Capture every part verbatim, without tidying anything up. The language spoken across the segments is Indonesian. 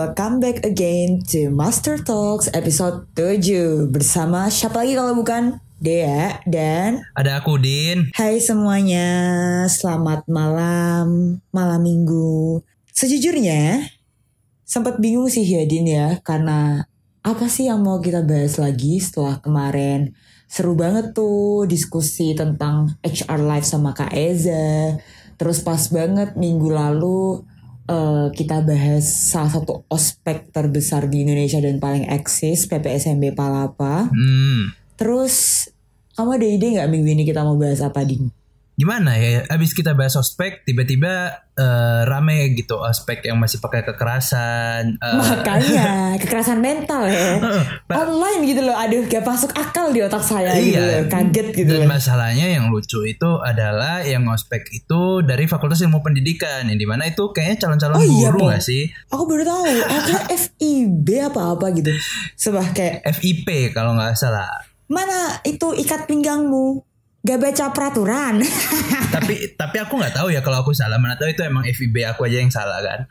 welcome back again to Master Talks episode tujuh. Bersama siapa lagi kalau bukan Dea dan ada aku Din. Hai semuanya, selamat malam, malam minggu. Sejujurnya sempat bingung sih ya Din ya, karena apa sih yang mau kita bahas lagi setelah kemarin seru banget tuh diskusi tentang H R Life sama Kak Eza. Terus pas banget minggu lalu uh, kita bahas salah satu ospek terbesar di Indonesia dan paling eksis, P P S M B Palapa. Hmm. Terus kamu ada ide gak minggu ini kita mau bahas apa, Din? Gimana ya, abis kita bahas ospek tiba-tiba uh, rame gitu ospek yang masih pakai kekerasan. uh, Makanya kekerasan mental ya online gitu loh. Aduh gak masuk akal di otak saya. Iya, gitu loh. Kaget gitu. Dan loh. masalahnya yang lucu itu adalah yang ospek itu dari Fakultas Ilmu Pendidikan, yang dimana itu kayaknya calon-calon oh, iya, guru gak sih? Aku baru tahu. Kayak F I B apa-apa gitu. Sebab kayak F I P kalau gak salah. Mana itu ikat pinggangmu? Gak baca peraturan. tapi tapi aku nggak tahu ya kalau aku salah. Mana tahu itu emang F I B aku aja yang salah kan.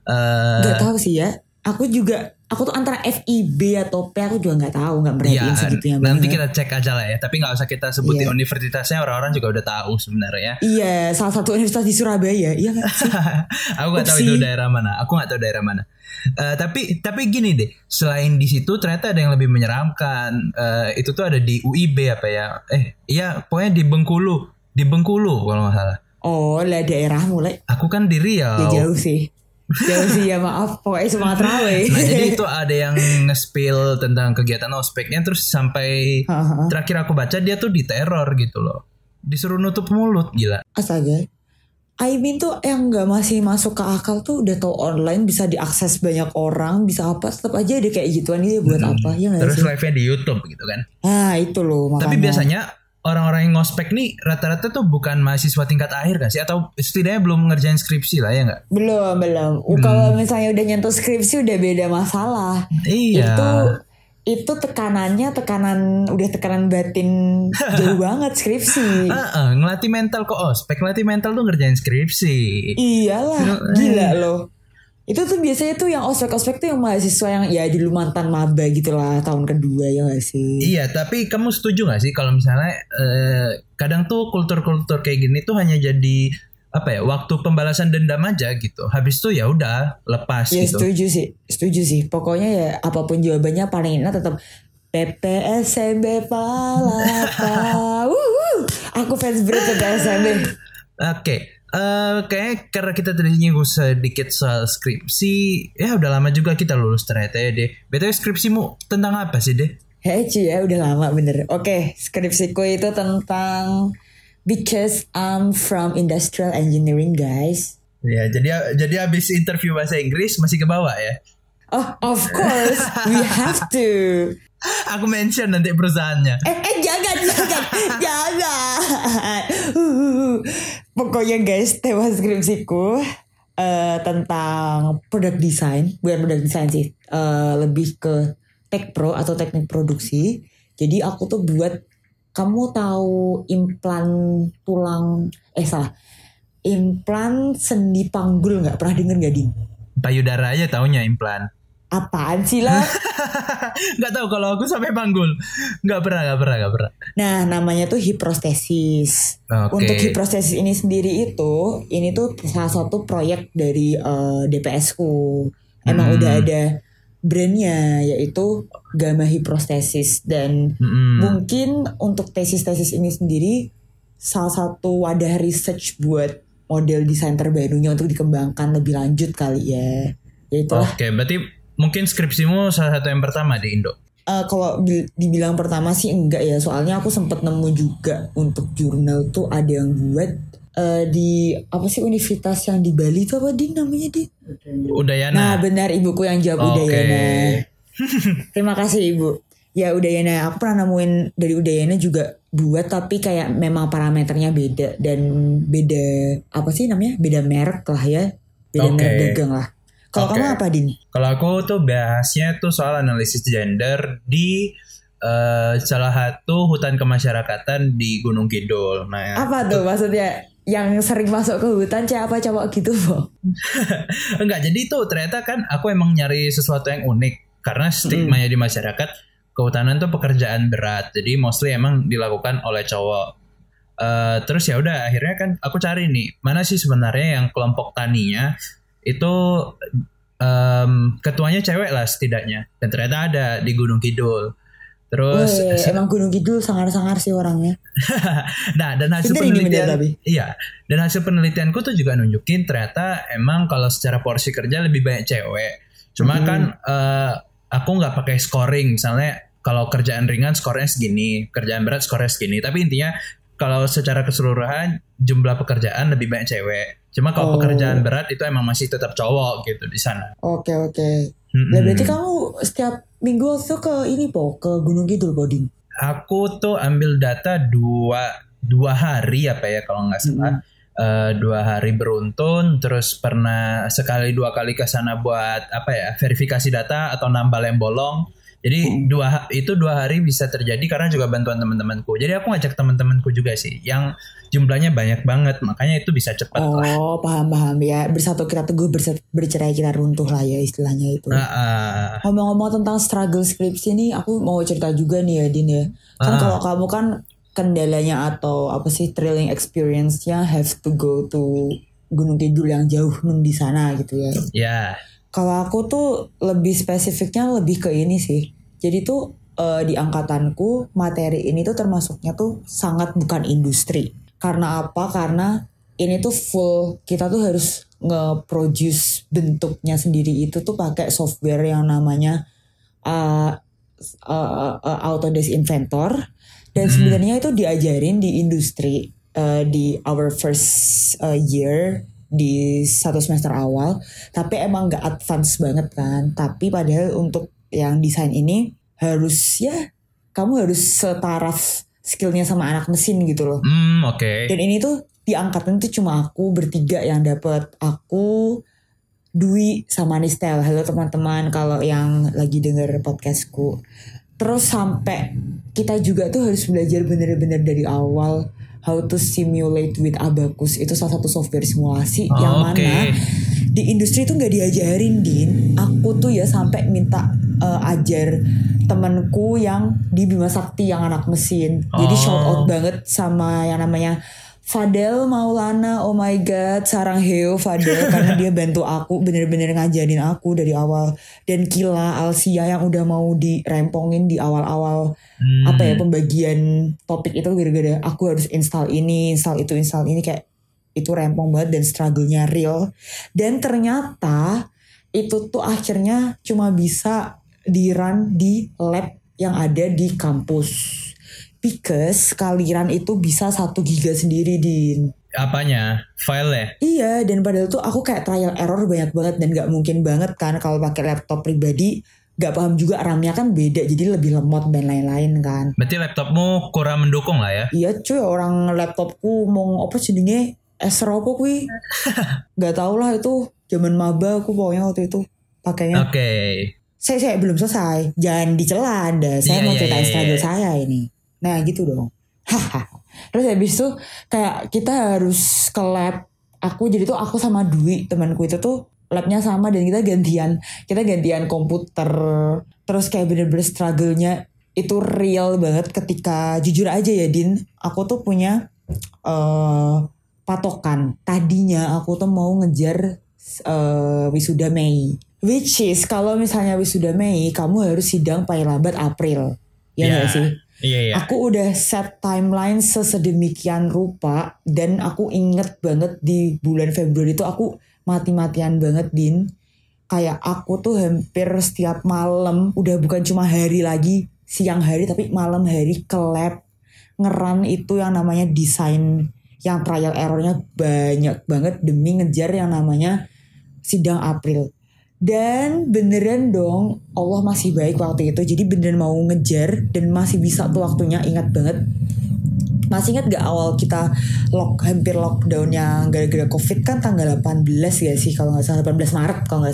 Uh, gak tahu sih ya. Aku juga aku tuh antara F I B atau P aku juga nggak tahu, nggak merhatiin ya, segitunya nanti banget. kita cek aja lah ya. Tapi nggak usah kita sebutin yeah. Universitasnya, orang-orang juga udah tahu sebenarnya. Iya, salah satu universitas di Surabaya. Iya nggak sih? Aku nggak tahu itu daerah mana. Aku nggak tahu daerah mana. Uh, tapi tapi gini deh, selain di situ ternyata ada yang lebih menyeramkan. Uh, itu tuh ada di U I B apa ya? Eh, iya, pokoknya di Bengkulu, di Bengkulu kalau nggak salah. Oh, lah daerah mulai. Aku kan di Riau. Ya jauh sih. Jauh sih ya, maaf. Pokoknya Sumatera weh. Nah jadi itu ada yang nge-spill tentang kegiatan ospeknya, terus sampai terakhir aku baca dia tuh diteror gitu loh, disuruh nutup mulut, gila. Astaga. I mean tuh yang gak masih masuk ke akal tuh udah tau online bisa diakses banyak orang, bisa apa, tetap aja ada kayak gituan gitu buat hmm. apa ya gak terus sih? live-nya di YouTube gitu kan. Ah itu loh makanya. Tapi biasanya orang-orang yang ngospek nih rata-rata tuh bukan mahasiswa tingkat akhir kan sih? Atau setidaknya belum ngerjain skripsi lah ya gak? Belum, belum. Hmm. Kalau misalnya udah nyentuh skripsi udah beda masalah. Iya. Itu itu tekanannya tekanan udah tekanan batin jauh banget skripsi. Uh-uh, ngelatih mental kok ospek, ngelatih mental tuh ngerjain skripsi. Iyalah, gila loh. Itu tuh biasanya tuh yang ospek-ospek tuh yang mahasiswa yang ya dulu mantan maba gitu lah, tahun kedua ya gak sih? Iya, tapi kamu setuju gak sih kalau misalnya eh, kadang tuh kultur-kultur kayak gini tuh hanya jadi apa ya, waktu pembalasan dendam aja gitu. Habis itu ya udah lepas ya, gitu. Ya setuju sih, setuju sih. Pokoknya ya apapun jawabannya paling enak tetap P P S M B Palapa. Aku fans berat P P S M B. Oke. Okay. Uh, kayak karena kita tadi nyinggung sedikit soal skripsi, ya udah lama juga kita lulus ternyata ya deh. B T W skripsimu tentang apa sih deh? Hei cuy ya udah lama bener. Oke, okay, skripsiku itu tentang because I'm from industrial engineering guys. Ya jadi jadi abis interview bahasa Inggris masih ke bawah ya? Oh of course we have to. Aku mention nanti perusahaannya. Eh, eh jangan, jangan, jangan. Uh, pokoknya guys, tema skripsiku uh, tentang product design, bukan product design sih, uh, lebih ke tech pro atau teknik produksi. Jadi aku tuh buat, kamu tahu implan tulang, eh salah, implan sendi panggul nggak? Pernah denger nggak, Ding? Payudara aja taunya implan. Apaan sih lah? Gak tahu kalau aku sampai panggul. Gak pernah, gak pernah, gak pernah. Nah, namanya tuh hiprostesis. Okay. Untuk hiprostesis ini sendiri itu, ini tuh salah satu proyek dari uh, D P S ku. Emang hmm. udah ada brandnya, yaitu Gamma Hiprostesis. Dan hmm. mungkin untuk tesis-tesis ini sendiri salah satu wadah research buat model desain terbarunya untuk dikembangkan lebih lanjut kali ya. Yaitulah. Oke, okay, berarti mungkin skripsimu salah satu yang pertama di Indo? Uh, kalau dibilang pertama sih enggak ya. Soalnya aku sempat nemu juga untuk jurnal tuh ada yang buat uh, di apa sih universitas yang di Bali tuh apa Din namanya Din? Udayana. Nah benar, ibuku yang jawab okay. Udayana. Terima kasih Ibu. Ya Udayana, aku pernah nemuin dari Udayana juga buat, tapi kayak memang parameternya beda dan beda apa sih namanya? Beda merek lah ya. Beda okay. merek dagang lah. Kalau okay. kamu apa Din? Kalau aku tuh bahasnya tuh soal analisis gender di uh, salah satu hutan kemasyarakatan di Gunung Kidul. Nah, apa tuh maksudnya? yang sering masuk ke hutan cewek apa cowok gitu Bo? Enggak, jadi tuh ternyata kan aku emang nyari sesuatu yang unik karena stigmanya hmm. di masyarakat kehutanan tuh pekerjaan berat, jadi mostly emang dilakukan oleh cowok. Uh, terus ya udah akhirnya kan aku cari nih mana sih sebenarnya yang kelompok taninya itu um, ketuanya cewek lah setidaknya, dan ternyata ada di Gunung Kidul. Terus Weh, emang Gunung Kidul sangar-sangar sih orangnya. Nah, dan hasil Pinter penelitian ini, iya, dan hasil penelitianku tuh juga nunjukin ternyata emang kalau secara porsi kerja lebih banyak cewek. Cuma mm-hmm. kan uh, aku nggak pakai scoring, misalnya kalau kerjaan ringan skornya segini, kerjaan berat skornya segini. Tapi intinya kalau secara keseluruhan jumlah pekerjaan lebih banyak cewek. Cuma kalau oh. pekerjaan berat itu emang masih tetap cowok gitu di sana. Oke oke. Nah berarti kamu setiap minggu itu ke ini po ke Gunung Kidul Boding? Aku tuh ambil data dua dua hari apa ya kalau nggak salah. Mm-hmm. Uh, dua hari beruntun, terus pernah sekali dua kali ke sana buat apa ya verifikasi data atau nambal yang bolong. Jadi hmm. dua itu dua hari bisa terjadi karena juga bantuan teman-temanku. Jadi aku ngajak teman-temanku juga sih, yang jumlahnya banyak banget, makanya itu bisa cepat oh, lah. Oh paham paham ya, bersatu kita teguh, bercerai kita runtuh lah ya istilahnya itu. Nah, uh, ngomong-ngomong tentang struggle skripsi nih, aku mau cerita juga nih ya Din ya. Kan uh, kalau kamu kan kendalanya atau apa sih thrilling experience-nya have to go to Gunung Kidul yang jauh di sana gitu ya. Ya. Yeah. Kalau aku tuh lebih spesifiknya lebih ke ini sih. Jadi tuh uh, di angkatanku materi ini tuh termasuknya tuh sangat bukan industri. Karena apa? Karena ini tuh full kita tuh harus nge-produce bentuknya sendiri itu tuh pakai software yang namanya uh, uh, uh, Autodesk Inventor. Dan sebenarnya itu diajarin di industri uh, di our first uh, year. Di satu semester awal, tapi emang gak advance banget kan. Tapi padahal untuk yang desain ini harus ya kamu harus setaraf skillnya sama anak mesin gitu loh. Hmm, oke. Okay. Dan ini tuh di angkatan tuh cuma aku bertiga yang dapet. Aku, Dwi sama Nistel. Halo teman-teman kalau yang lagi denger podcastku. Terus sampai kita juga tuh harus belajar bener-bener dari awal how to simulate with Abacus. Itu salah satu software simulasi oh, yang okay. mana di industri tuh gak diajarin Din. Aku tuh ya sampai minta uh, ajar temanku yang di Bima Sakti yang anak mesin. Oh. Jadi shout out banget sama yang namanya Fadel Maulana. Oh my god, sarang heo Fadel karena dia bantu aku bener-bener ngajarin aku dari awal. Dan Kila Alsia yang udah mau dirempongin di awal-awal hmm. apa ya pembagian topik itu gara-gara aku harus install ini, install itu, install ini, kayak itu rempong banget dan struggle-nya real. Dan ternyata itu tuh akhirnya cuma bisa di run di lab yang ada di kampus. Because kaliran itu bisa satu giga sendiri Din. Apanya? File ya? Iya, dan padahal tuh aku kayak trial error banyak banget. Dan gak mungkin banget kan kalau pakai laptop pribadi. Gak paham juga RAM-nya kan beda, jadi lebih lemot dan lain-lain kan. Berarti laptopmu kurang mendukung lah ya? Iya cuy, orang laptopku mau apa jadinya Acer apa kui. Gak tau lah itu zaman maba aku pokoknya waktu itu pakainya. Oke okay. Saya, saya belum selesai. Jangan dicela Anda. Saya yeah, mau yeah, ceritain yeah, struggle yeah. saya ini. Nah gitu dong. Terus habis itu kayak kita harus ke lab. Aku jadi tuh aku sama Dwi temanku itu tuh labnya sama dan kita gantian. Kita gantian komputer. Terus kayak bener-bener struggle-nya itu real banget ketika jujur aja ya Din. Aku tuh punya uh, patokan. Tadinya aku tuh mau ngejar uh, wisuda Mei. Which is kalau misalnya wisuda Mei kamu harus sidang paling lambat April. Ya yeah. gak sih? Iya, iya. Aku udah set timeline sesedemikian rupa dan aku inget banget di bulan Februari itu aku mati-matian banget Din. Kayak aku tuh hampir setiap malam, udah bukan cuma hari lagi siang hari tapi malam hari ke lab ngeran itu yang namanya desain yang trial errornya banyak banget demi ngejar yang namanya sidang April. Dan beneran dong Allah masih baik waktu itu. Jadi beneran mau ngejar dan masih bisa tuh waktunya, ingat banget. Masih ingat gak awal kita lock, hampir lockdown yang gara-gara covid kan tanggal delapan belas gak sih kalau gak salah, delapan belas Maret kalau gak salah.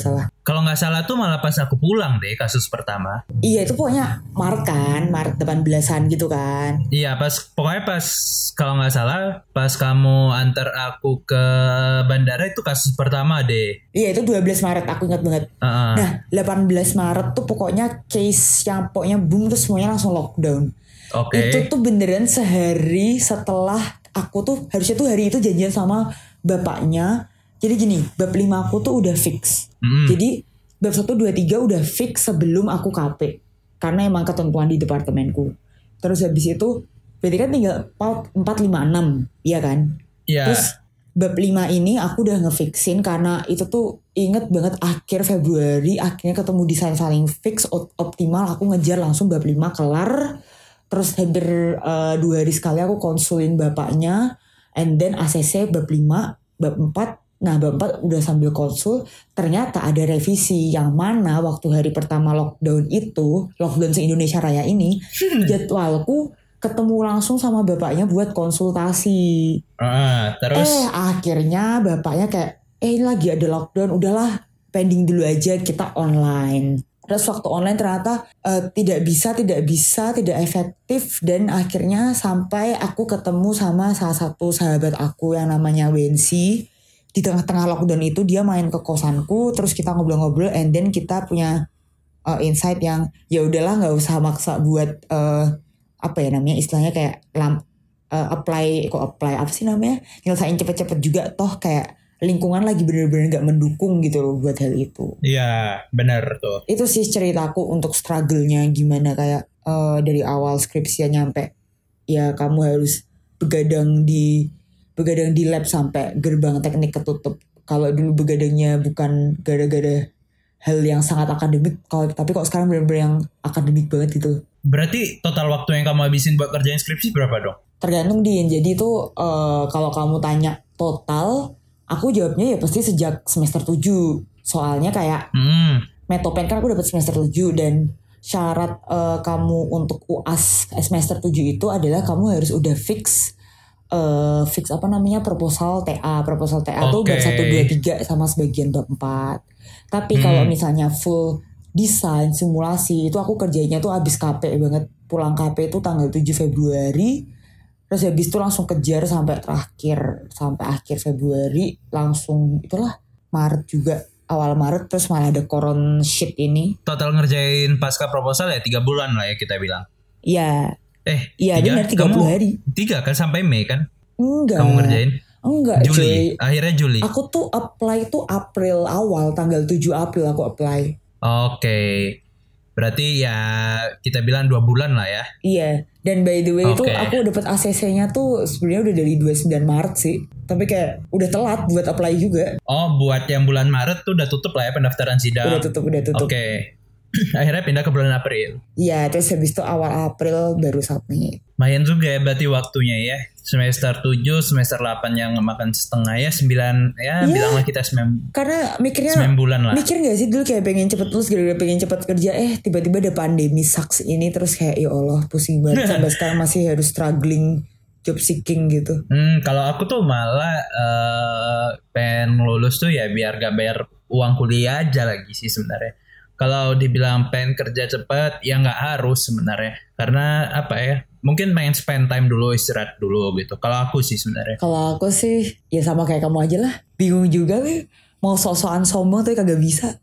Kalau nggak salah tuh malah pas aku pulang deh kasus pertama. Iya itu pokoknya Maret kan, Maret delapan belasan gitu kan. Iya pas pokoknya pas kalau nggak salah pas kamu antar aku ke bandara itu kasus pertama deh. Iya itu dua belas Maret aku ingat banget. Uh-uh. Nah delapan belas Maret tuh pokoknya case yang pokoknya boom terus semuanya langsung lockdown. Oke. Okay. Itu tuh beneran sehari setelah aku tuh harusnya tuh hari itu janjian sama bapaknya. Jadi gini, bab lima aku tuh udah fix. Mm. Jadi bab satu, dua, tiga udah fix sebelum aku K P. Karena emang ketentuan di departemenku. Terus habis itu, berarti kan tinggal empat, lima, enam. Iya kan? Iya. Yeah. Terus bab lima ini aku udah ngefixin karena itu tuh inget banget akhir Februari. Akhirnya ketemu desain paling fix, optimal. Aku ngejar langsung bab lima kelar. Terus hampir uh, dua hari sekali aku konsulin bapaknya. And then A C C bab lima, bab empat. Nah bab empat udah sambil konsul, ternyata ada revisi yang mana waktu hari pertama lockdown itu, lockdown se-Indonesia Raya ini, hmm. jadwalku ketemu langsung sama bapaknya buat konsultasi. Ah, terus? Eh akhirnya bapaknya kayak, eh lagi ada lockdown, udahlah pending dulu aja kita online. Terus waktu online ternyata uh, tidak bisa, tidak bisa, tidak efektif. Dan akhirnya sampai aku ketemu sama salah satu sahabat aku yang namanya Wensi. Di tengah-tengah lockdown itu dia main ke kosanku, terus kita ngobrol-ngobrol, and then kita punya uh, insight yang ya udahlah nggak usah maksa buat uh, apa ya namanya istilahnya kayak lamp, uh, apply kok apply apa sih namanya nyelesain cepet-cepet juga toh kayak lingkungan lagi bener-bener nggak mendukung gitu loh buat hal itu. Iya benar tuh. Itu sih ceritaku untuk struggle-nya gimana kayak uh, dari awal skripsinya nyampe ya kamu harus begadang di begadang di lab sampai gerbang teknik ketutup. Kalau dulu begadangnya bukan gara-gara hal yang sangat akademik, kalau tapi kok sekarang benar-benar yang akademik banget gitu. Berarti total waktu yang kamu habisin buat kerjain skripsi berapa dong? Tergantung Din. Jadi itu uh, kalau kamu tanya total, aku jawabnya ya pasti sejak semester tujuh. Soalnya kayak hmm. Metopen kan aku dapat semester tujuh dan syarat uh, kamu untuk U A S semester tujuh itu adalah kamu harus udah fix Uh, fix apa namanya proposal T A proposal T A tuh okay. bab satu, dua, tiga sama sebagian bab empat. Tapi hmm. kalau misalnya full desain simulasi itu aku kerjanya tuh abis K P banget. Pulang K P itu tanggal tujuh Februari. Terus habis itu langsung kejar sampai terakhir sampai akhir Februari langsung itulah Maret juga awal Maret terus malah ada koron shit ini. Total ngerjain pasca proposal ya tiga bulan lah ya kita bilang. Iya. Eh, iya benar tiga puluh hari. Tiga kan sampai Mei kan? Enggak. Kamu ngerjain? Enggak, Juli. Cuy. Akhirnya Juli. Aku tuh apply tuh April awal, tanggal tujuh April aku apply. Oke. Okay. Berarti ya kita bilang dua bulan lah ya. Iya. Dan by the way okay. tuh aku dapat A C C-nya tuh sebenarnya udah dari dua puluh sembilan Maret sih. Tapi kayak udah telat buat apply juga. Oh, buat yang bulan Maret tuh udah tutup lah ya pendaftaran sidang. Udah tutup, udah tutup. Oke. Okay. Akhirnya pindah ke bulan April. Iya, terus habis itu awal April baru submit. Lumayan juga ya berarti waktunya ya. Semester tujuh, semester delapan yang makan setengah ya, sembilan ya, ya bilanglah kita sembilan. Karena mikirnya sembilan bulan lah. Mikir gak sih dulu kayak pengen cepet lulus, gara-gara pengen cepet kerja, eh tiba-tiba ada pandemi sucks ini, terus kayak ya Allah pusing banget. Sampai sekarang masih harus struggling job seeking gitu. Hmm, kalau aku tuh malah uh, pengen lulus tuh ya biar gak bayar uang kuliah aja lagi sih sebenarnya. Kalau dibilang pengen kerja cepat ya nggak harus sebenarnya karena apa ya mungkin pengen spend time dulu istirahat dulu gitu. Kalau aku sih sebenarnya. Kalau aku sih ya sama kayak kamu aja lah, bingung juga nih mau sok-sokan sombong tapi kagak bisa.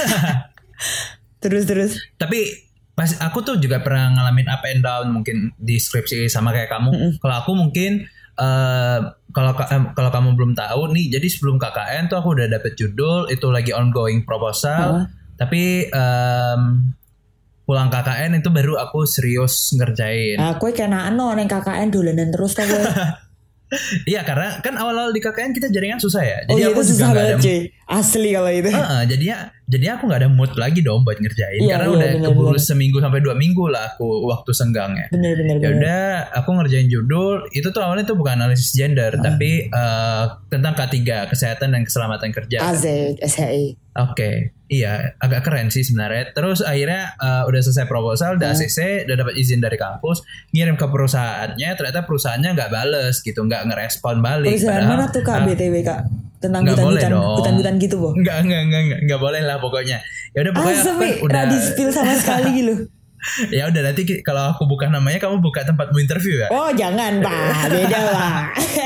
terus terus. Tapi pas aku tuh juga pernah ngalamin up and down mungkin di skripsi sama kayak kamu. Mm-mm. Kalau aku mungkin uh, kalau uh, kalau kamu belum tahu nih, jadi sebelum K K N tuh aku udah dapet judul itu lagi ongoing proposal. Uh. Tapi um, pulang K K N itu baru aku serius ngerjain. Aku kenaan no neng K K N dolanan terus tuh gue. Iya karena kan awal-awal di K K N kita jaringan susah ya. Jadi oh iya aku itu susah banget cuy. Asli kalau itu. Uh, jadinya jadinya aku nggak ada mood lagi dong buat ngerjain. Iya, karena iya, udah bener, keburu bener. seminggu sampai dua minggu lah aku waktu senggangnya. Bener bener. Ya udah aku ngerjain judul itu tuh awalnya tuh bukan analisis gender uh. tapi uh, tentang K tiga kesehatan dan keselamatan kerja. Azek S H I. Oke, okay. Iya agak keren sih sebenarnya. Terus akhirnya uh, udah selesai proposal, udah uh. A C C, udah dapat izin dari kampus, ngirim ke perusahaannya, ternyata perusahaannya nggak bales gitu, nggak ngerespon balik. Perusahaan padahal, mana tuh kak? Uh, B T W kak? tentang Nggak boleh hutan-hutan dong. hutan-hutan gitu boh. Nggak, nggak, nggak, nggak, nggak boleh lah pokoknya. Ya udah pokoknya Ah, aku kan udah. Nggak di-spill sama sekali gitu. Ya udah nanti ki- kalau aku buka namanya kamu buka tempatmu interview ya. Oh jangan pak, beda pak.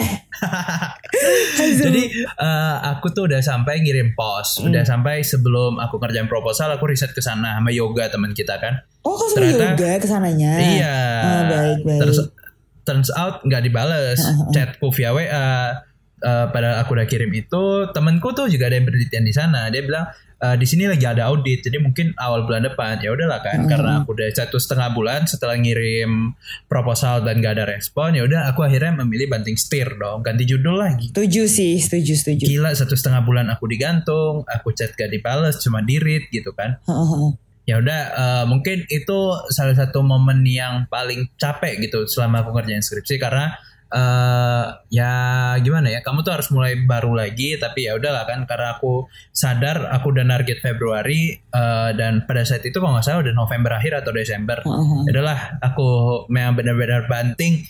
Jadi uh, aku tuh udah sampai ngirim pos, Hmm. udah sampai sebelum aku kerjain proposal aku riset ke sana sama Yoga teman kita kan. Oh kau sama Ternyata- yoga kesananya. Iya. Ah, baik baik. Terus turns out nggak dibales chatku via W A. Uh, padahal aku udah kirim itu, temanku tuh juga ada yang penelitian di sana. Dia bilang e, di sini lagi ada audit, jadi mungkin awal bulan depan. Ya udahlah kan, karena aku udah satu setengah bulan setelah ngirim proposal dan gak ada respon. Ya udah, aku akhirnya memilih banting setir dong, ganti judul lagi. Setuju sih, setuju setuju. Gila, satu setengah bulan aku digantung, aku chat gak dibales, cuma di read gitu kan. Ya udah, uh, mungkin itu salah satu momen yang paling capek gitu selama aku ngerjain skripsi, karena uh, ya gimana ya, kamu tuh harus mulai baru lagi. Tapi ya udahlah kan, karena aku sadar aku udah target Februari, uh, dan pada saat itu kalau nggak salah udah November akhir atau Desember. Uh-huh. Ya udahlah, aku memang benar-benar banting.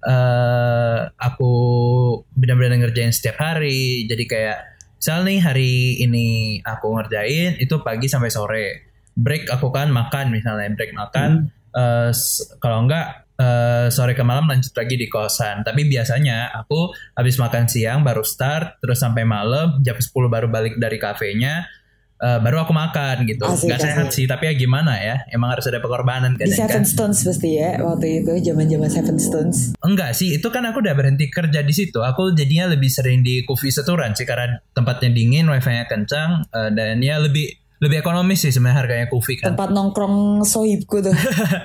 Uh, aku benar-benar ngerjain setiap hari. Jadi kayak misal nih hari ini aku ngerjain itu pagi sampai sore. Break aku kan makan, misalnya break makan, hmm. uh, kalau enggak uh, sore ke malam lanjut lagi di kosan. Tapi biasanya aku habis makan siang baru start, terus sampai malam jam sepuluh baru balik dari kafenya, uh, baru aku makan gitu. Asik, Gak sehat asik. sih, tapi ya gimana ya, emang harus ada pengorbanan Di kadang Seven kan. Stones pasti ya waktu itu, zaman-zaman Seven Stones. Enggak sih, itu kan aku udah berhenti kerja di situ. Aku jadinya lebih sering di Coffee Seturan sih, karena tempatnya dingin, wifi-nya kencang, uh, dan ya lebih lebih ekonomis sih sebenarnya harganya Coffee kan. Tempat nongkrong sohibku tuh.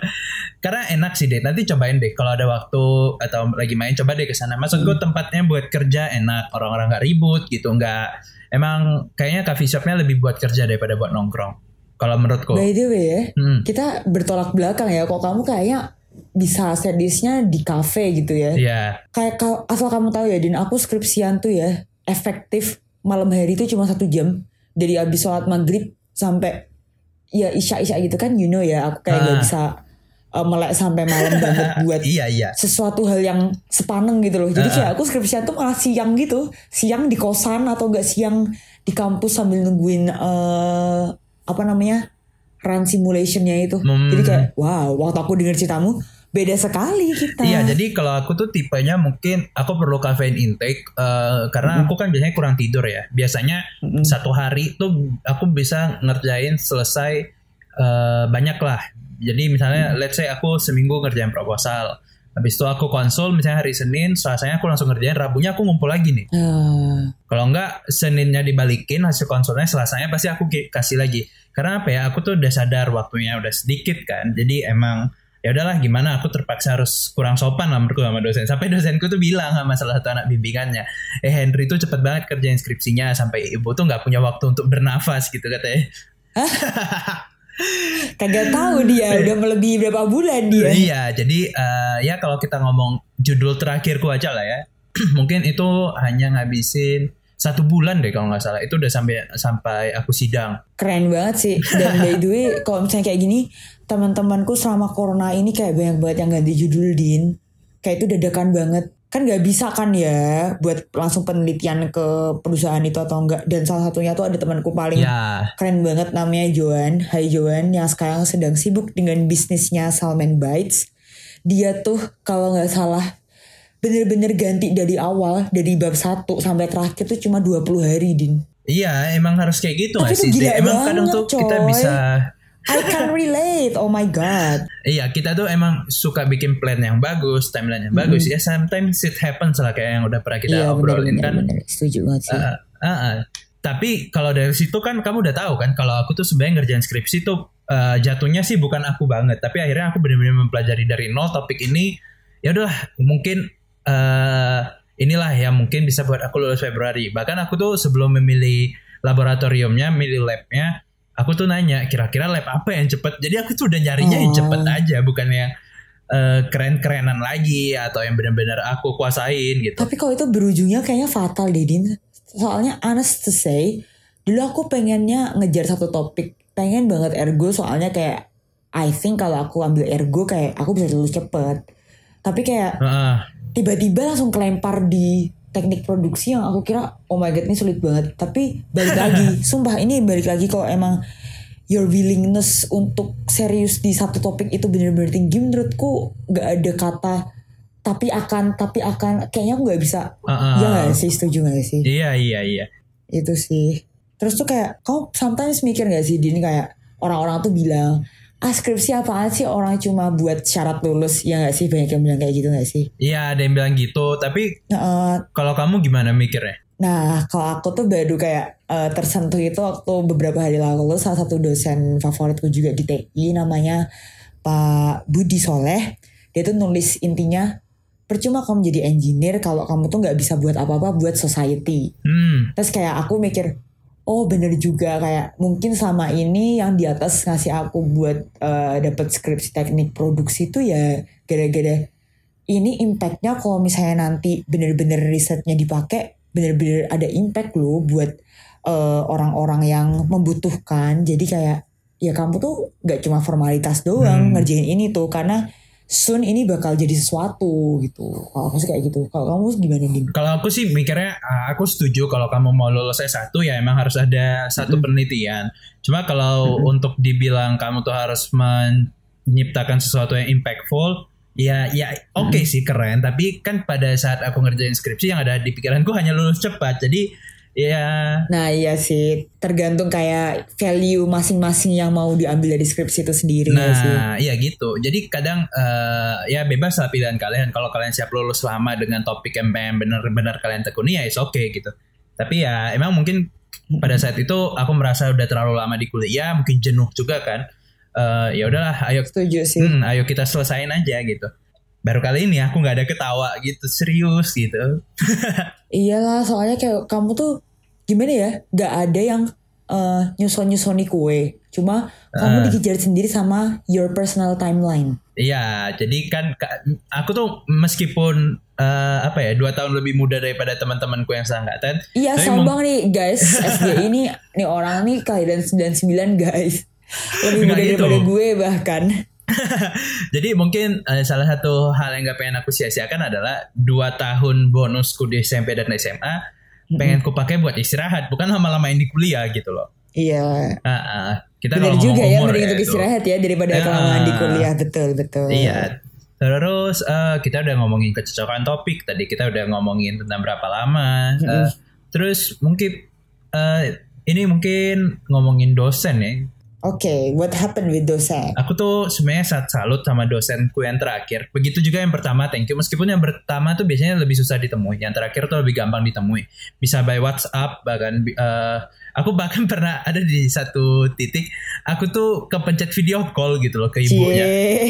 Karena enak sih deh, nanti cobain deh kalau ada waktu atau lagi main, coba deh ke sana. Maksud gue tempatnya buat kerja enak, orang-orang nggak ribut gitu, nggak. Emang kayaknya coffee shopnya lebih buat kerja daripada buat nongkrong. Kalau menurutku. By the way ya, Hmm. kita bertolak belakang ya. Kok kamu kayaknya bisa sadisnya di kafe gitu ya. Iya. Kayak kau- asal kamu tahu ya, Din, aku skripsian tuh ya efektif malam hari itu cuma satu jam. Dari abis sholat maghrib sampai ya isya-isya gitu kan, you know ya, aku kayak Ah. gak bisa uh, melek sampai malam banget buat Iya iya. sesuatu hal yang sepaneng gitu loh. Jadi Ah, kayak aku skripsian tuh malah siang gitu, siang di kosan atau gak siang di kampus sambil nungguin uh, apa namanya run simulationnya itu. Hmm. Jadi kayak wow, waktu aku denger ceritamu beda sekali kita. Iya, jadi kalau aku tuh tipenya mungkin aku perlu caffeine intake, uh, karena Mm-hmm. aku kan biasanya kurang tidur ya. Biasanya Mm-mm. satu hari tuh aku bisa ngerjain selesai uh, banyak lah. Jadi misalnya let's say aku seminggu ngerjain proposal. Habis itu aku konsul misalnya hari Senin, Selasanya aku langsung ngerjain, Rabunya aku ngumpul lagi nih. Ah, Kalau enggak Seninnya dibalikin hasil konsulnya, Selasanya pasti aku ki- kasih lagi. Karena apa ya, aku tuh udah sadar waktunya udah sedikit kan. Jadi emang ya udahlah, gimana, aku terpaksa harus kurang sopan lah menurutku sama dosen. Sampai dosenku tuh bilang sama salah satu anak bimbingannya, eh Henry tuh cepet banget kerjain skripsinya, sampai ibu tuh nggak punya waktu untuk bernafas gitu katanya. kagak tahu dia udah melebihi berapa bulan dia. Iya, jadi uh, ya kalau kita ngomong judul terakhirku aja lah ya, mungkin itu hanya ngabisin satu bulan deh kalau nggak salah. Itu udah sampai sampai aku sidang. Keren banget sih. Dan by the way, kalau misalnya kayak gini, teman-temanku selama corona ini kayak banyak banget yang ganti judul, Din. Kayak itu dadakan banget. Kan gak bisa kan ya buat langsung penelitian ke perusahaan itu atau enggak. Dan salah satunya tuh ada temanku paling Ya, keren banget, namanya Joan. Hai Joan, yang sekarang sedang sibuk dengan bisnisnya Salmon Bites. Dia tuh kalau gak salah bener-bener ganti dari awal, dari bab satu sampai terakhir tuh cuma dua puluh hari, Din. iya emang harus kayak gitu Tapi nggak itu sih? gila Emang kadang banget, tuh kita coy. bisa. I can relate, oh my god. Iya, kita tuh emang suka bikin plan yang bagus, timeline yang bagus. Ya sometimes it happens lah, kayak yang udah pernah kita Iya obrolin bener, kan. bener, bener. Setuju banget sih. Uh, uh, uh. Tapi kalau dari situ kan kamu udah tahu kan, kalau aku tuh sebenarnya ngerjain skripsi tuh uh, jatuhnya sih bukan aku banget, tapi akhirnya aku benar-benar mempelajari dari nol topik ini. Ya udah, mungkin uh, inilah yang mungkin bisa buat aku lulus Februari. Bahkan aku tuh sebelum memilih laboratoriumnya, milih labnya, aku tuh nanya kira-kira lab apa yang cepet. Jadi aku tuh udah nyarinya yang Oh. cepet aja, bukan yang uh, keren-kerenan lagi atau yang benar-benar aku kuasain gitu. Tapi kalau itu berujungnya kayaknya fatal deh, Din. Soalnya honest to say, dulu aku pengennya ngejar satu topik. Pengen banget ergo, soalnya kayak I think kalau aku ambil ergo kayak aku bisa lulus cepet. Tapi kayak Uh, tiba-tiba langsung kelempar di teknik produksi yang aku kira oh my god ini sulit banget. Tapi balik lagi, sumpah ini balik lagi kalau emang your willingness untuk serius di satu topik itu benar-benar tinggi, menurutku gak ada kata tapi akan tapi akan kayaknya aku nggak bisa. Uh-uh. Ya nggak sih, setuju nggak sih? Iya iya iya. Itu sih. Terus tuh kayak kau sometimes mikir nggak sih Din, kayak orang-orang tuh bilang ah skripsi apaan sih, orang cuma buat syarat lulus, ya nggak sih, banyak yang bilang kayak gitu nggak sih? Iya ada yang bilang gitu, tapi uh, kalau kamu gimana mikirnya? Nah kalau aku tuh baru kayak uh, tersentuh itu waktu beberapa hari lalu salah satu dosen favoritku juga di T I namanya Pak Budi Soleh, dia tuh nulis intinya percuma kamu jadi engineer kalau kamu tuh nggak bisa buat apa-apa buat society. Hmm. Terus kayak aku mikir, oh bener juga, kayak mungkin selama ini yang di atas ngasih aku buat uh, dapat skripsi teknik produksi itu ya gara-gara ini impactnya kalau misalnya nanti bener-bener risetnya dipakai, bener-bener ada impact loh buat uh, orang-orang yang membutuhkan. Jadi kayak ya kamu tuh gak cuma formalitas doang hmm. ngerjain ini tuh, karena soon ini bakal jadi sesuatu gitu. Kalau aku sih kayak gitu. Kalau kamu gimana Din? Kalau aku sih mikirnya, aku setuju kalau kamu mau lulus S satu ya emang harus ada satu mm-hmm. penelitian. Cuma kalau mm-hmm. untuk dibilang kamu tuh harus menciptakan sesuatu yang impactful, ya ya oke okay mm-hmm. sih keren. Tapi kan pada saat aku ngerjain skripsi yang ada di pikiranku hanya lulus cepat. Jadi ya. Nah iya sih, tergantung kayak value masing-masing yang mau diambil dari skripsi itu sendiri. Nah sih? iya gitu. Jadi kadang uh, ya bebas lah pilihan kalian. Kalau kalian siap lulus lama dengan topik yang benar-benar kalian tekuni ya is oke okay, gitu. Tapi ya emang mungkin pada saat itu aku merasa udah terlalu lama di kuliah, mungkin jenuh juga kan. Uh, ya udahlah, ayo. Setuju sih. Hmm, ayo kita selesain aja gitu. Baru kali ini aku nggak ada ketawa gitu, serius gitu. Iyalah, soalnya kayak kamu tuh gimana ya, gak ada yang uh, nyuson-nyusoni kue. Cuma uh. kamu dikejar sendiri sama your personal timeline. Iya, jadi kan aku tuh meskipun uh, apa ya dua tahun lebih muda daripada teman-temanku yang seangkatan. Iya, sombong meng- nih guys. S D ini nih orang nih kelahiran sembilan puluh sembilan guys. Lebih muda gitu. Daripada gue bahkan. Jadi mungkin uh, salah satu hal yang gak pengen aku sia-siakan adalah dua tahun bonusku di S M P dan S M A pengen ku pakai buat istirahat, bukan lama-lamain di kuliah gitu loh. Iya. Uh, uh, kita benar juga ya, mending ya, untuk istirahat ya daripada uh, kelamaan di kuliah, betul betul. Iya. Terus uh, kita udah ngomongin kecocokan topik, tadi kita udah ngomongin tentang berapa lama. Uh, mm-hmm. Terus mungkin uh, ini mungkin ngomongin dosen ya. Oke, okay, what happened with dosen? Aku tuh sebenarnya sangat salut sama dosenku yang terakhir. Begitu juga yang pertama, thank you. Meskipun yang pertama tuh biasanya lebih susah ditemui. Yang terakhir tuh lebih gampang ditemui. Bisa by WhatsApp, bahkan uh, aku bahkan pernah ada di satu titik, aku tuh kepencet video call gitu loh ke ibunya.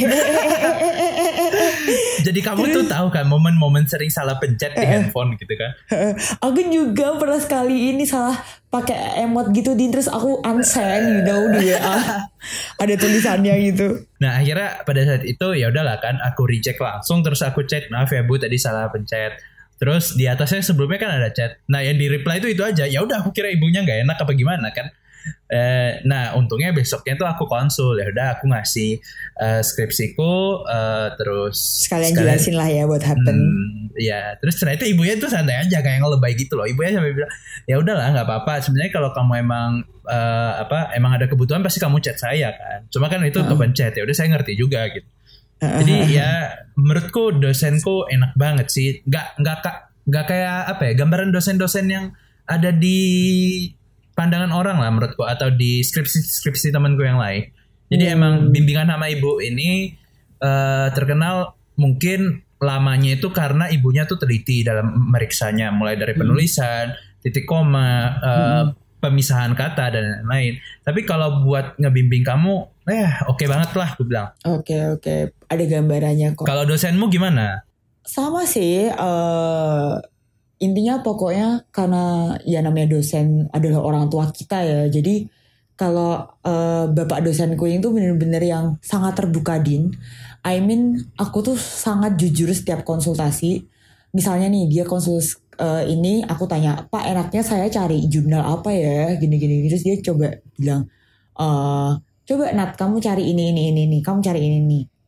Jadi kamu tuh tahu kan momen-momen sering salah pencet di handphone gitu kan. Aku juga pernah sekali ini salah pakai emot gitu, di terus aku unsend you know di W A. Ada tulisannya gitu. Nah, akhirnya pada saat itu ya udahlah kan aku reject langsung, terus aku chat, maaf ya Bu tadi salah pencet. Terus di atasnya sebelumnya kan ada chat. Nah, yang di reply itu itu aja. Ya udah aku kira ibunya enggak enak apa gimana kan. Eh, nah untungnya besoknya tuh aku konsul, ya udah aku ngasih uh, skripsiku uh, terus sekalian, sekalian jelasin lah ya buat happen. Hmm, ya terus ternyata ibunya tuh santai aja kayak ngelebay gitu loh. Ibunya sampai bilang ya udahlah nggak apa-apa. Sebenarnya kalau kamu emang uh, apa emang ada kebutuhan pasti kamu chat saya kan. Cuma kan itu untuk pencet, ya udah saya ngerti juga gitu. Jadi ya menurutku dosenku enak banget sih. Nggak nggak nggak kayak apa ya gambaran dosen-dosen yang ada di pandangan orang lah menurutku, atau di skripsi-skripsi temanku yang lain. Jadi hmm. emang bimbingan sama ibu ini uh, terkenal mungkin lamanya itu karena ibunya tuh teliti dalam meriksanya, mulai dari penulisan, hmm. titik koma, uh, hmm. pemisahan kata dan lain-lain. Tapi kalau buat ngebimbing kamu, eh oke okay banget lah gue bilang. Oke okay, oke, okay. Ada gambarannya kok. Kalau dosenmu gimana? Sama sih. Uh... Intinya pokoknya karena ya namanya dosen adalah orang tua kita ya. Jadi kalau uh, bapak dosenku itu benar-benar yang sangat terbuka Din. I mean aku tuh sangat jujur setiap konsultasi. Misalnya nih dia konsul uh, ini aku tanya, Pak enaknya saya cari jurnal apa ya gini-gini. Terus dia coba bilang, uh, coba Nat kamu cari ini ini ini nih, kamu cari ini nih.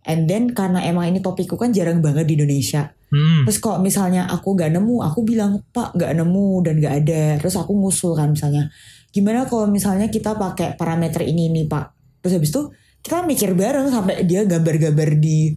And then karena emang ini topikku kan jarang banget di Indonesia. Hmm. Terus kalau misalnya aku gak nemu, aku bilang Pak gak nemu dan gak ada. Terus aku ngusul kan misalnya, gimana kalau misalnya kita pakai parameter ini nih Pak. Terus habis itu kita mikir bareng sampai dia gambar-gambar di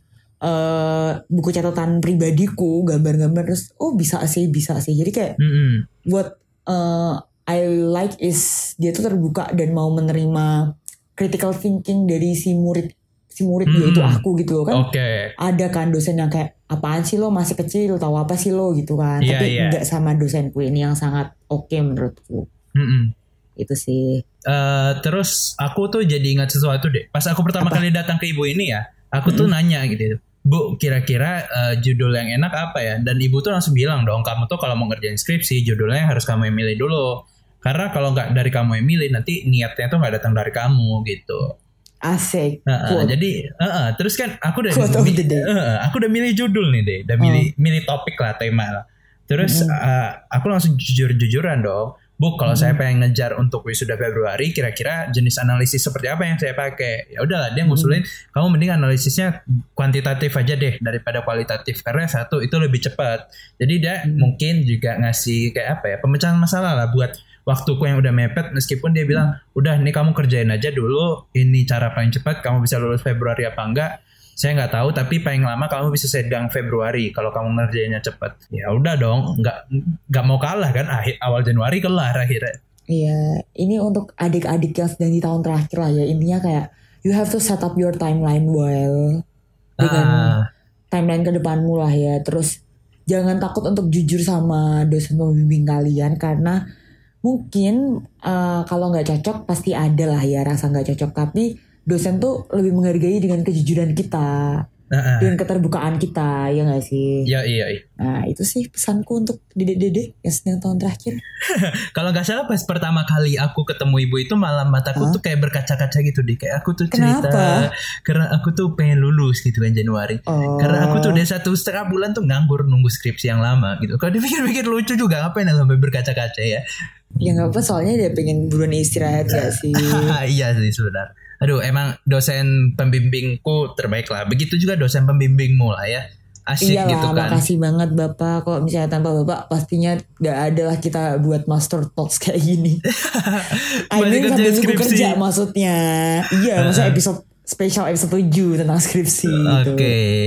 uh, buku catatan pribadiku, gambar-gambar terus oh bisa sih bisa sih. Jadi kayak mm-hmm. buat uh, I like is dia tuh terbuka dan mau menerima critical thinking dari si murid si murid mm-hmm. dia itu aku gitu loh kan. Okay. Ada kan dosen yang kayak apaan sih lo masih kecil tahu apa sih lo gitu kan. Yeah, Tapi yeah. enggak sama dosenku ini yang sangat oke okay menurutku. Mm-hmm. Itu sih. Uh, terus aku tuh jadi ingat sesuatu deh. Pas aku pertama apa? kali datang ke ibu ini ya, aku mm-hmm. tuh nanya gitu, Bu, kira-kira uh, judul yang enak apa ya? Dan ibu tuh langsung bilang dong, kamu tuh kalau mau ngerjain skripsi, judulnya harus kamu yang milih dulu. Karena kalau nggak dari kamu yang milih, nanti niatnya tuh nggak datang dari kamu gitu. Asik. Uh, uh, jadi, uh, uh, terus kan aku udah, mi- uh, aku udah milih judul nih deh, udah milih, oh. milih topik lah, tema lah. Terus mm-hmm. uh, aku langsung jujur-jujuran dong. Bu, kalau hmm. saya pengen ngejar untuk wisuda Februari, kira-kira jenis analisis seperti apa yang saya pakai? Ya udahlah, dia ngusulin, hmm. kamu mending analisisnya kuantitatif aja deh daripada kualitatif, karena satu itu lebih cepat. Jadi dia hmm. mungkin juga ngasih kayak apa ya, pemecahan masalah lah buat waktuku yang udah mepet. Meskipun dia bilang, udah ini kamu kerjain aja dulu, ini cara paling cepat, kamu bisa lulus Februari apa enggak? Saya nggak tahu, tapi paling lama kamu bisa sedang Februari kalau kamu ngerjainnya cepat. Ya udah dong, nggak nggak mau kalah kan, akhir awal Januari kelar akhirnya. Iya, ini untuk adik-adik yang sedang di tahun terakhir lah ya, intinya kayak you have to set up your timeline well dengan ah. timeline ke depanmu lah ya. Terus jangan takut untuk jujur sama dosen pembimbing kalian, karena mungkin uh, kalau nggak cocok pasti ada lah ya rasa nggak cocok, tapi dosen tuh lebih menghargai dengan kejujuran kita, uh-uh. dengan keterbukaan kita, ya nggak sih? Ya iya, iya. Nah itu sih pesanku untuk dedek-dedek yang sedang tahun terakhir. Kalau nggak salah pas pertama kali aku ketemu ibu itu malam mataku huh? tuh kayak berkaca-kaca gitu deh, kayak aku tuh cerita. Kenapa? Karena aku tuh pengen lulus gitu kan Januari. Oh. Karena aku tuh udah satu setengah bulan tuh nganggur nunggu skripsi yang lama gitu. Kalau dipikir-pikir lucu juga, ngapain sampai berkaca-kaca ya? Ya nggak apa, soalnya dia pengen buruan istirahat gak sih? Iya sih sebenarnya. Aduh, emang dosen pembimbingku terbaik lah. Begitu juga dosen pembimbingmu lah ya. Asik Iyalah, gitu kan. Makasih banget Bapak. Kalau misalnya tanpa Bapak pastinya gak ada lah kita buat master talks kayak gini. I mean sambil nunggu kerja maksudnya. Iya, uh-huh. maksudnya episode spesial episode tujuh tentang skripsi Oke. gitu. Okay.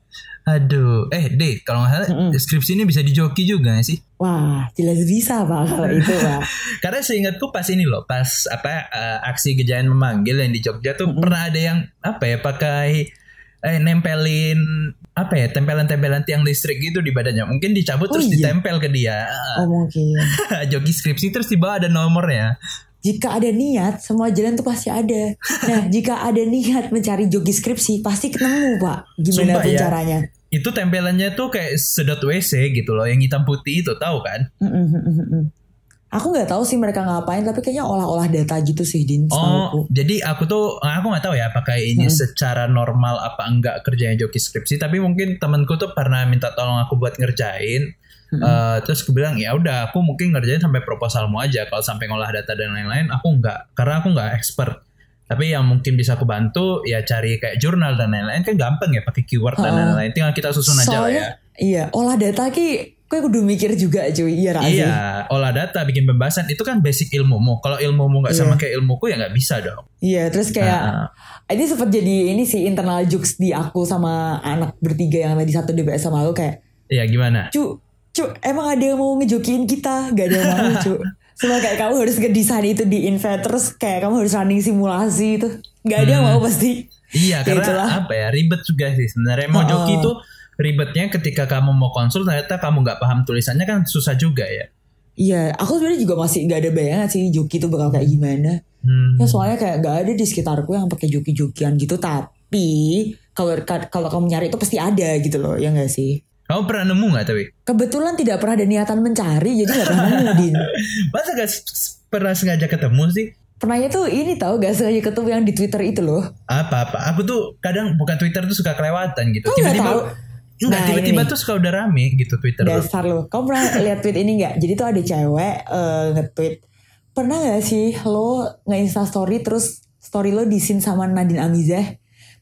Aduh, eh Dek, kalau nggak salah mm-mm. skripsi ini bisa dijoki juga gak sih? Wah, jelas bisa Pak kalau itu Pak. Karena seingatku pas ini loh, pas apa uh, aksi Gejayan Memanggil yang di Jogja tuh mm-hmm. pernah ada yang apa ya pakai eh nempelin apa ya tempelan-tempelan tiang listrik gitu di badannya. Mungkin dicabut oh, terus iya? ditempel ke dia. Oh mungkin. Joki skripsi terus di bawah ada nomornya. Jika ada niat, semua jalan tuh pasti ada. Nah, jika ada niat mencari joki skripsi, pasti ketemu, Pak. Gimana Sumpah, ya, caranya? Itu tempelannya tuh kayak sedot W C gitu loh, yang hitam putih itu, tahu kan? Mm-mm. Aku nggak tahu sih mereka ngapain, tapi kayaknya olah-olah data gitu sih, Din. Oh, aku. Jadi aku tuh, aku nggak tahu ya apakah ini hmm. secara normal apa enggak kerjanya joki skripsi. Tapi mungkin temanku tuh pernah minta tolong aku buat ngerjain. Hmm. Uh, terus aku bilang ya udah aku mungkin ngerjain sampai proposalmu aja, kalau sampai ngolah data dan lain-lain aku enggak, karena aku enggak expert. Tapi yang mungkin bisa aku bantu ya cari kayak jurnal dan lain-lain, kan gampang ya pakai keyword uh, dan lain-lain, tinggal kita susun aja lah ya. Iya, olah data ki gue kudu mikir juga cuy. Iya Razi. Iya, olah data, bikin pembahasan itu kan basic ilmumu. Kalau ilmumu nggak yeah. sama kayak ilmuku ya nggak bisa dong. Iya, terus kayak uh, ini sempat jadi ini sih internal jokes di aku sama anak bertiga yang tadi satu D B S sama aku kayak. Iya gimana? Cu Cuk, emang ada yang mau ngejokiin kita? Gak ada yang mau, Cuk. Semua kayak kamu harus ngedesain itu di Invent, terus kayak kamu harus running simulasi itu. Gak ada hmm. yang mau pasti. Iya, karena itulah. Apa ya, ribet juga sih sebenarnya. Mau uh-uh. joki itu ribetnya ketika kamu mau konsul ternyata kamu gak paham tulisannya kan susah juga ya. Iya, aku sebenarnya juga masih gak ada bayangan sih joki itu bakal kayak gimana. Hmm. Ya soalnya kayak gak ada di sekitarku yang pakai joki-jokian gitu. Tapi kalau kalau kamu nyari itu pasti ada gitu loh, ya gak sih? Kamu pernah nemu gak tapi? Kebetulan tidak pernah ada niatan mencari, jadi gak pernah nemu, Din. Masa gak pernah sengaja ketemu sih? Pernahnya tuh ini tau gak sengaja ketemu yang di Twitter itu loh. Apa-apa, aku tuh kadang buka Twitter tuh suka kelewatan gitu. Oh, tiba-tiba gak enggak, nah, tiba-tiba tuh suka udah rame gitu Twitter. Dasar lo. Kamu pernah lihat tweet ini gak? Jadi tuh ada cewek uh, nge-tweet. Pernah gak sih lo nge-insta story terus story lo di-scene sama Nadine Amizah?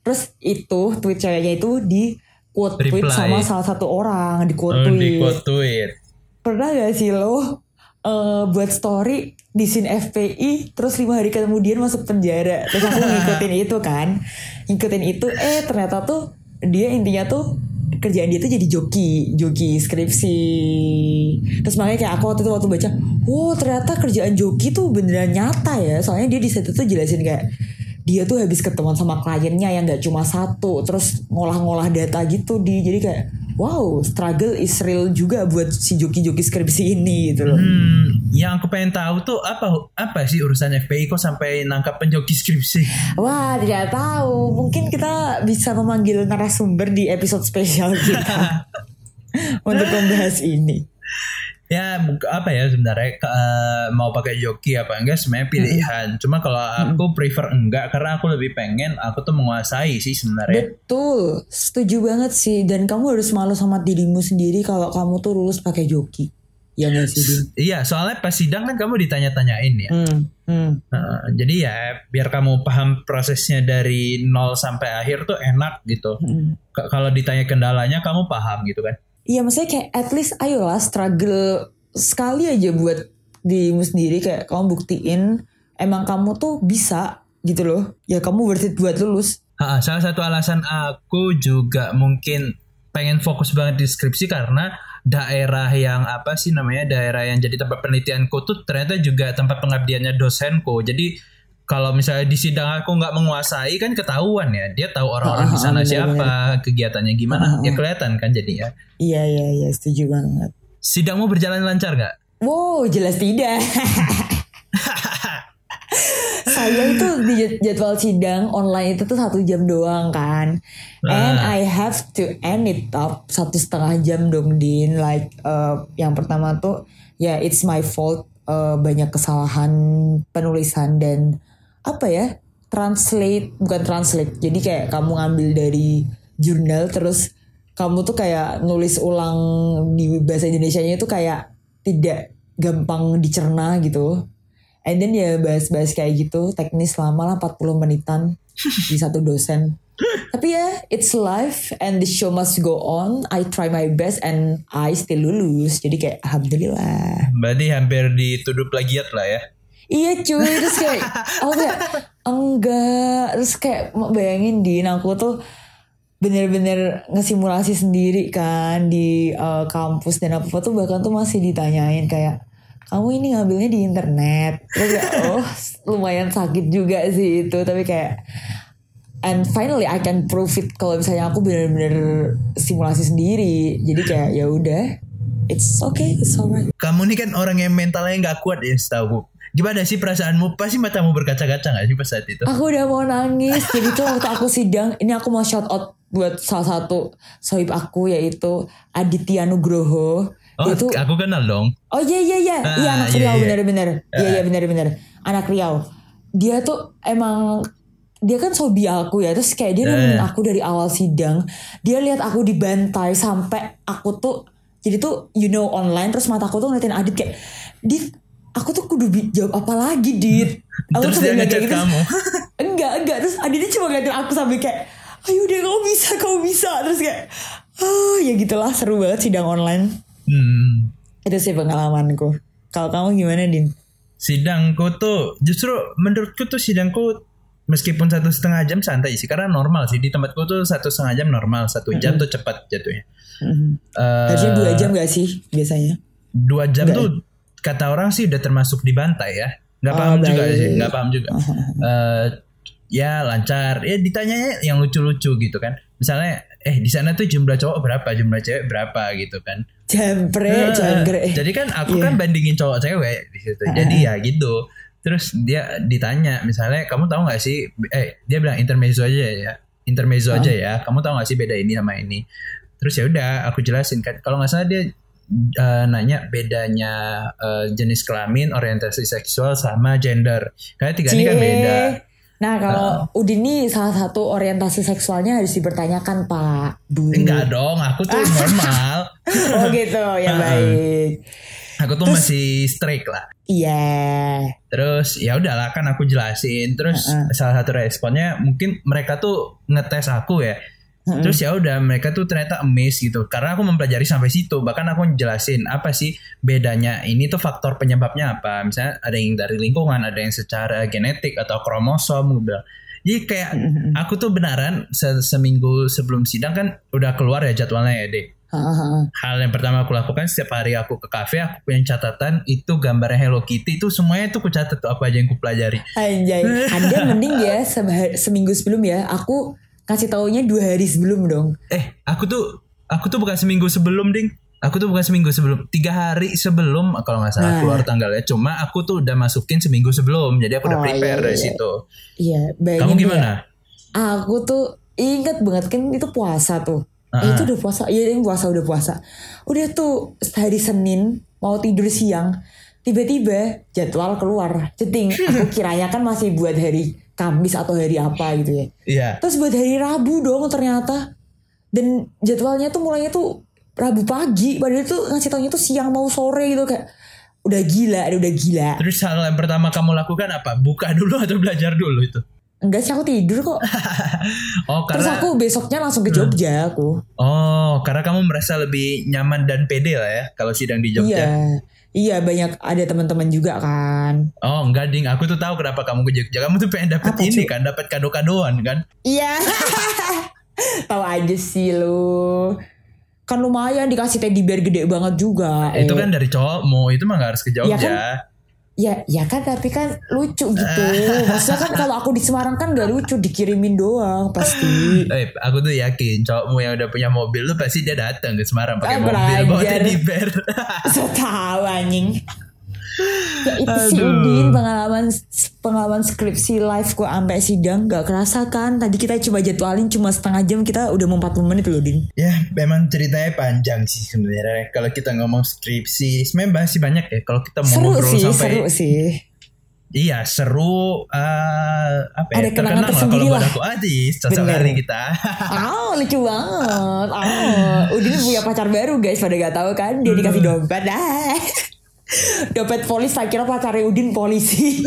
Terus itu tweet ceweknya itu di quote tweet Reply. sama salah satu orang di quote Oh, tweet. di quote tweet. Pernah gak sih lo uh, buat story di scene F P I terus lima hari kemudian masuk penjara? Terus aku ngikutin itu kan, ngikutin itu eh ternyata tuh dia intinya tuh kerjaan dia tuh jadi joki, joki skripsi. Terus makanya kayak aku waktu itu waktu baca, oh ternyata kerjaan joki tuh beneran nyata ya. Soalnya dia di situ tuh jelasin kayak dia tuh habis ketemuan sama kliennya yang gak cuma satu, terus ngolah-ngolah data gitu di. Jadi kayak wow, struggle is real juga buat si joki-joki skripsi ini gitu loh. Hmm, yang aku pengen tahu tuh apa apa sih urusan F P I kok sampai nangkap penjoki skripsi? Wah, tidak tahu. Mungkin kita bisa memanggil narasumber di episode spesial kita untuk membahas ini. Ya apa ya sebenarnya uh, mau pakai joki apa enggak sebenarnya pilihan. Mm-hmm. Cuma kalau aku mm-hmm. prefer enggak karena aku lebih pengen aku tuh menguasai sih sebenarnya. Betul, setuju banget sih. Dan kamu harus malu sama dirimu sendiri kalau kamu tuh lulus pakai joki. Ya nggak sih Din? Iya, soalnya pas sidang kan kamu ditanya-tanyain ya. Hmm, hmm. Uh, jadi ya biar kamu paham prosesnya dari nol sampai akhir tuh enak gitu. Hmm. K- kalau ditanya kendalanya kamu paham gitu kan? Iya, maksudnya kayak at least ayolah struggle sekali aja buat dirimu sendiri, kayak kamu buktiin emang kamu tuh bisa gitu loh. Ya kamu worth it buat lulus. Ha, salah satu alasan aku juga mungkin pengen fokus banget di skripsi karena daerah yang apa sih namanya daerah yang jadi tempat penelitianku tuh ternyata juga tempat pengabdiannya dosenku. Jadi kalau misalnya di sidang aku nggak menguasai kan ketahuan ya, dia tahu orang-orang di sana siapa, kegiatannya gimana, ya kelihatan kan jadinya. Iya iya iya, setuju banget. Sidangmu berjalan lancar nggak? Wow, jelas tidak. Saya itu di jadwal sidang online itu tuh satu jam doang kan, and I have to end it up satu setengah jam dong Din. Like uh, yang pertama tuh ya yeah, it's my fault, uh, banyak kesalahan penulisan dan apa ya translate bukan translate. Jadi kayak kamu ngambil dari jurnal terus kamu tuh kayak nulis ulang di bahasa Indonesianya itu kayak tidak gampang dicerna gitu. And then ya bahas-bahas kayak gitu teknis lama lah empat puluh menitan di satu dosen. Tapi ya it's life and the show must go on. I try my best and I still lulus. Jadi kayak alhamdulillah. Berarti hampir dituduh plagiat lah ya. Iya cuy, terus kayak aku kayak enggak, terus kayak bayangin Din, aku tuh bener-bener ngesimulasi sendiri kan di uh, kampus dan apa-apa tuh bahkan tuh masih ditanyain kayak kamu ini ngambilnya di internet. Terus kayak oh lumayan sakit juga sih itu, tapi kayak and finally I can prove it kalau misalnya aku bener-bener simulasi sendiri. Jadi kayak ya udah, it's okay, it's alright. Kamu nih kan orang yang mentalnya nggak kuat ya setahu. Gimana sih perasaanmu? Pasti matamu berkaca-kaca gak sih pas saat itu? Aku udah mau nangis. Jadi tuh waktu aku sidang, ini aku mau shout out buat salah satu sohib aku yaitu Aditya Nugroho. Oh, itu, aku kenal dong. Oh iya iya iya, ah, iya anak Riau bener-bener. Iya iya bener-bener anak Riau. Dia tuh emang dia kan sobi aku ya, terus kayak dia nemenin aku dari awal sidang. Dia lihat aku dibantai sampai aku tuh jadi tuh you know online, terus mataku tuh ngeliatin Adit kayak Dit, aku tuh kudu jawab apa lagi Dit. Aku terus dia ngechat gitu, kamu. Enggak enggak terus Aditnya cuma ngeliatin aku sambil kayak ayo deh kamu bisa kamu bisa terus kayak oh ya gitulah, seru banget sidang online. Hmm. Itu sih pengalamanku. Kalau kamu gimana Din? Sidangku tuh justru menurutku tuh sidangku meskipun satu setengah jam santai sih karena normal sih di tempatku tuh satu setengah jam normal, satu jam mm-hmm. tuh cepat jatuhnya. Mm-hmm. Uh, Harusnya dua jam gak sih biasanya? Dua jam Enggak. Tuh kata orang sih udah termasuk dibantai ya. Gak paham oh, juga baik. sih, gak paham juga. Uh-huh. Uh, ya lancar, ya ditanyanya yang lucu-lucu gitu kan. Misalnya, eh di sana tuh jumlah cowok berapa, jumlah cewek berapa gitu kan. Jempre, uh, jangkrik. Jadi kan aku yeah. kan bandingin cowok cewek di situ. Uh-huh. Jadi ya gitu. Terus dia ditanya, misalnya kamu tahu nggak sih? Eh dia bilang intermezzo aja ya, intermezzo uh-huh. aja ya. Kamu tahu nggak sih beda ini sama ini? Terus ya udah aku jelasin kan. Kalau nggak salah dia Uh, nanya bedanya uh, jenis kelamin, orientasi seksual sama gender. Karena tiga Cie. ini kan beda. Nah kalau uh, Udin nih salah satu orientasi seksualnya harus dipertanyakan Pak. Duh. Enggak dong, aku tuh normal. Oh gitu, ya baik. Aku tuh Terus, masih strict lah. Iya. Terus ya udahlah kan aku jelasin. Terus uh-uh. salah satu responnya mungkin mereka tuh ngetes aku ya. Uh-uh. Terus ya udah mereka tuh ternyata amazed gitu. Karena aku mempelajari sampai situ. Bahkan aku jelasin apa sih bedanya. Ini tuh faktor penyebabnya apa. Misalnya ada yang dari lingkungan, ada yang secara genetik atau kromosom udah. Jadi kayak uh-uh. aku tuh beneran se- seminggu sebelum sidang kan udah keluar ya jadwalnya ya dek. Hal yang pertama aku lakukan setiap hari aku ke kafe, aku punya catatan itu gambarnya Hello Kitty, itu semuanya tuh aku catat tuh apa aja yang aku pelajari. Anjay, Anda mending ya seminggu sebelum ya, aku kasih taunya dua hari sebelum dong. Eh, aku tuh aku tuh bukan seminggu sebelum ding, aku tuh bukan seminggu sebelum, tiga hari sebelum kalau nggak salah nah. keluar tanggalnya. Cuma aku tuh udah masukin seminggu sebelum, jadi aku udah oh, prepare iya, dari iya. situ. Iya, kamu gimana? Ya, aku tuh ingat banget kan itu puasa tuh. Uh-huh. Eh, itu udah puasa, iya yang puasa udah puasa. Udah tuh hari Senin mau tidur siang, tiba-tiba jadwal keluar, ceting. Aku kiranya kan masih buat hari Kamis atau hari apa gitu ya. Iya. Yeah. Terus buat hari Rabu dong ternyata. Dan jadwalnya tuh mulainya tuh Rabu pagi, padahal tuh ngasih taunya tuh siang mau sore gitu kayak udah gila, udah gila. Terus hal yang pertama kamu lakukan apa? Buka dulu atau belajar dulu itu? Enggak sih, aku tidur kok. Oh, karena, terus aku besoknya langsung ke Jogja aku. Oh, karena kamu merasa lebih nyaman dan pede lah ya kalau sidang di Jogja. Iya, iya banyak ada teman-teman juga kan. Oh enggak ding, aku tuh tahu kenapa kamu ke Jogja. Kamu tuh pengen dapet apa, ini cu? kan, dapat kado-kadoan kan? Iya. Tahu aja sih lu. Kan lumayan dikasih teddy bear gede banget juga. Itu eh. kan dari cowokmu, itu mah gak harus ke Jogja. Ya kan? Ya, ya kan tapi kan lucu gitu. Maksudnya kan kalau aku di Semarang kan gak lucu, dikirimin doang pasti. Eh, aku tuh yakin cowokmu yang udah punya mobil lu pasti dia datang ke Semarang pakai mobil bawa teddy bear. So tau anjing. Ya itu Aduh. Si Udin pengalaman pengalaman skripsi live gue sampai sidang gak kerasa kan. Tadi kita coba jadwalin cuma setengah jam, kita udah mau empat puluh menit loh Din. Ya memang ceritanya panjang sih sebenarnya. Kalau kita ngomong skripsi sebenarnya masih banyak ya. Kalau kita mau seru ngobrol sih, sampai seru sih. Iya seru. uh, Apa ya, ada kenangan tersendiri lah. Kalau buat aku Adis cocok kali kita. Oh lucu banget. Oh Udin punya pacar baru guys, pada gak tahu kan. Dia dikasih dompet dah. Dompet polis, saya kira pacarnya Udin polisi.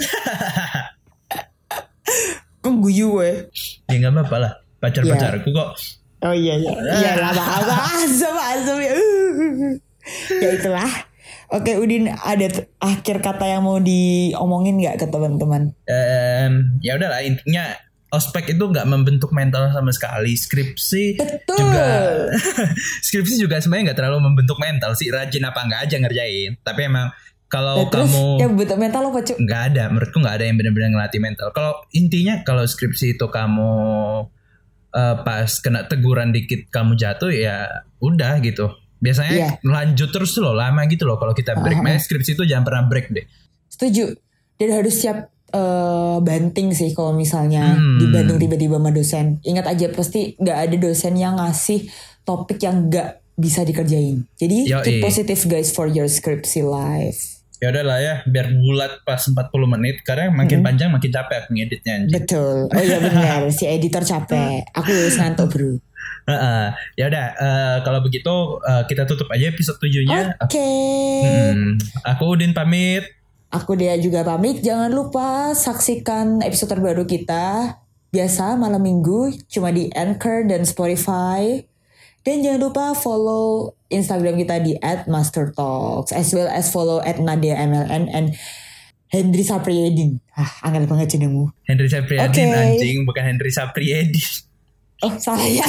Kok guyu gue. Ya gak apa-apa lah, pacar-pacarku kok. Oh iya iya. Iya lah apa-apa. Asem asem ya. Ya itulah. Oke Udin, ada t- akhir kata yang mau diomongin gak ke teman-teman? Um, ya udahlah, intinya ospek itu gak membentuk mental sama sekali. Skripsi Betul. juga skripsi juga sebenarnya gak terlalu membentuk mental sih. Rajin apa gak aja ngerjain. Tapi emang kalau nah, kamu yang bentuk mental apa cuy? Gak ada, menurutku gak ada yang benar-benar ngelatih mental. Kalau intinya kalau skripsi itu kamu uh, pas kena teguran dikit kamu jatuh ya udah gitu. Biasanya yeah. lanjut terus loh, lama gitu loh kalau kita break. Uh-huh. Skripsi itu jangan pernah break deh. Setuju. Dan harus siap Uh, banting sih kalau misalnya hmm. dibanting tiba-tiba sama dosen. Ingat aja pasti gak ada dosen yang ngasih topik yang gak bisa dikerjain. Jadi Yo, keep positive guys for your skripsi life. Ya udahlah ya, biar bulat pas empat puluh menit. Karena makin hmm. panjang makin capek aku ngeditnya. Betul. Oh iya benar, si editor capek. Aku harus ngantuk bro. Uh-uh. Ya udah, uh, kalau begitu uh, kita tutup aja episode tujuh-nya. Oke. Okay. Hmm. Aku Udin pamit. Aku Dea juga pamit. Jangan lupa saksikan episode terbaru kita. Biasa malam minggu cuma di Anchor dan Spotify. Dan jangan lupa follow Instagram kita di at mastertalks. As well as follow at nadia m l n and Hendry Sapriyedin. Ah, angel banget jenengmu. Hendry Sapriyedin okay. Anjing, bukan Hendry Sapriyedin. Oh salah ya.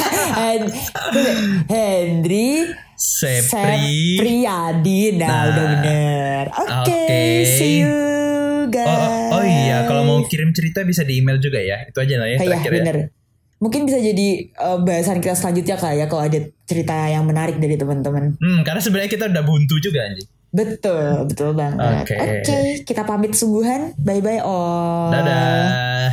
Hendry Sepri Priyadi. Nah, nah udah bener. Oke okay, okay. See you guys. Oh, oh, oh iya, kalau mau kirim cerita bisa di email juga ya. Itu aja lah ya. Iya bener ya. Mungkin bisa jadi uh, bahasan kita selanjutnya kali ya, kalau ada cerita yang menarik dari teman-teman. Hmm, karena sebenarnya kita udah buntu juga anjing. Betul, betul banget. Oke okay. okay, kita pamit sungguhan. Bye bye all. Dadah.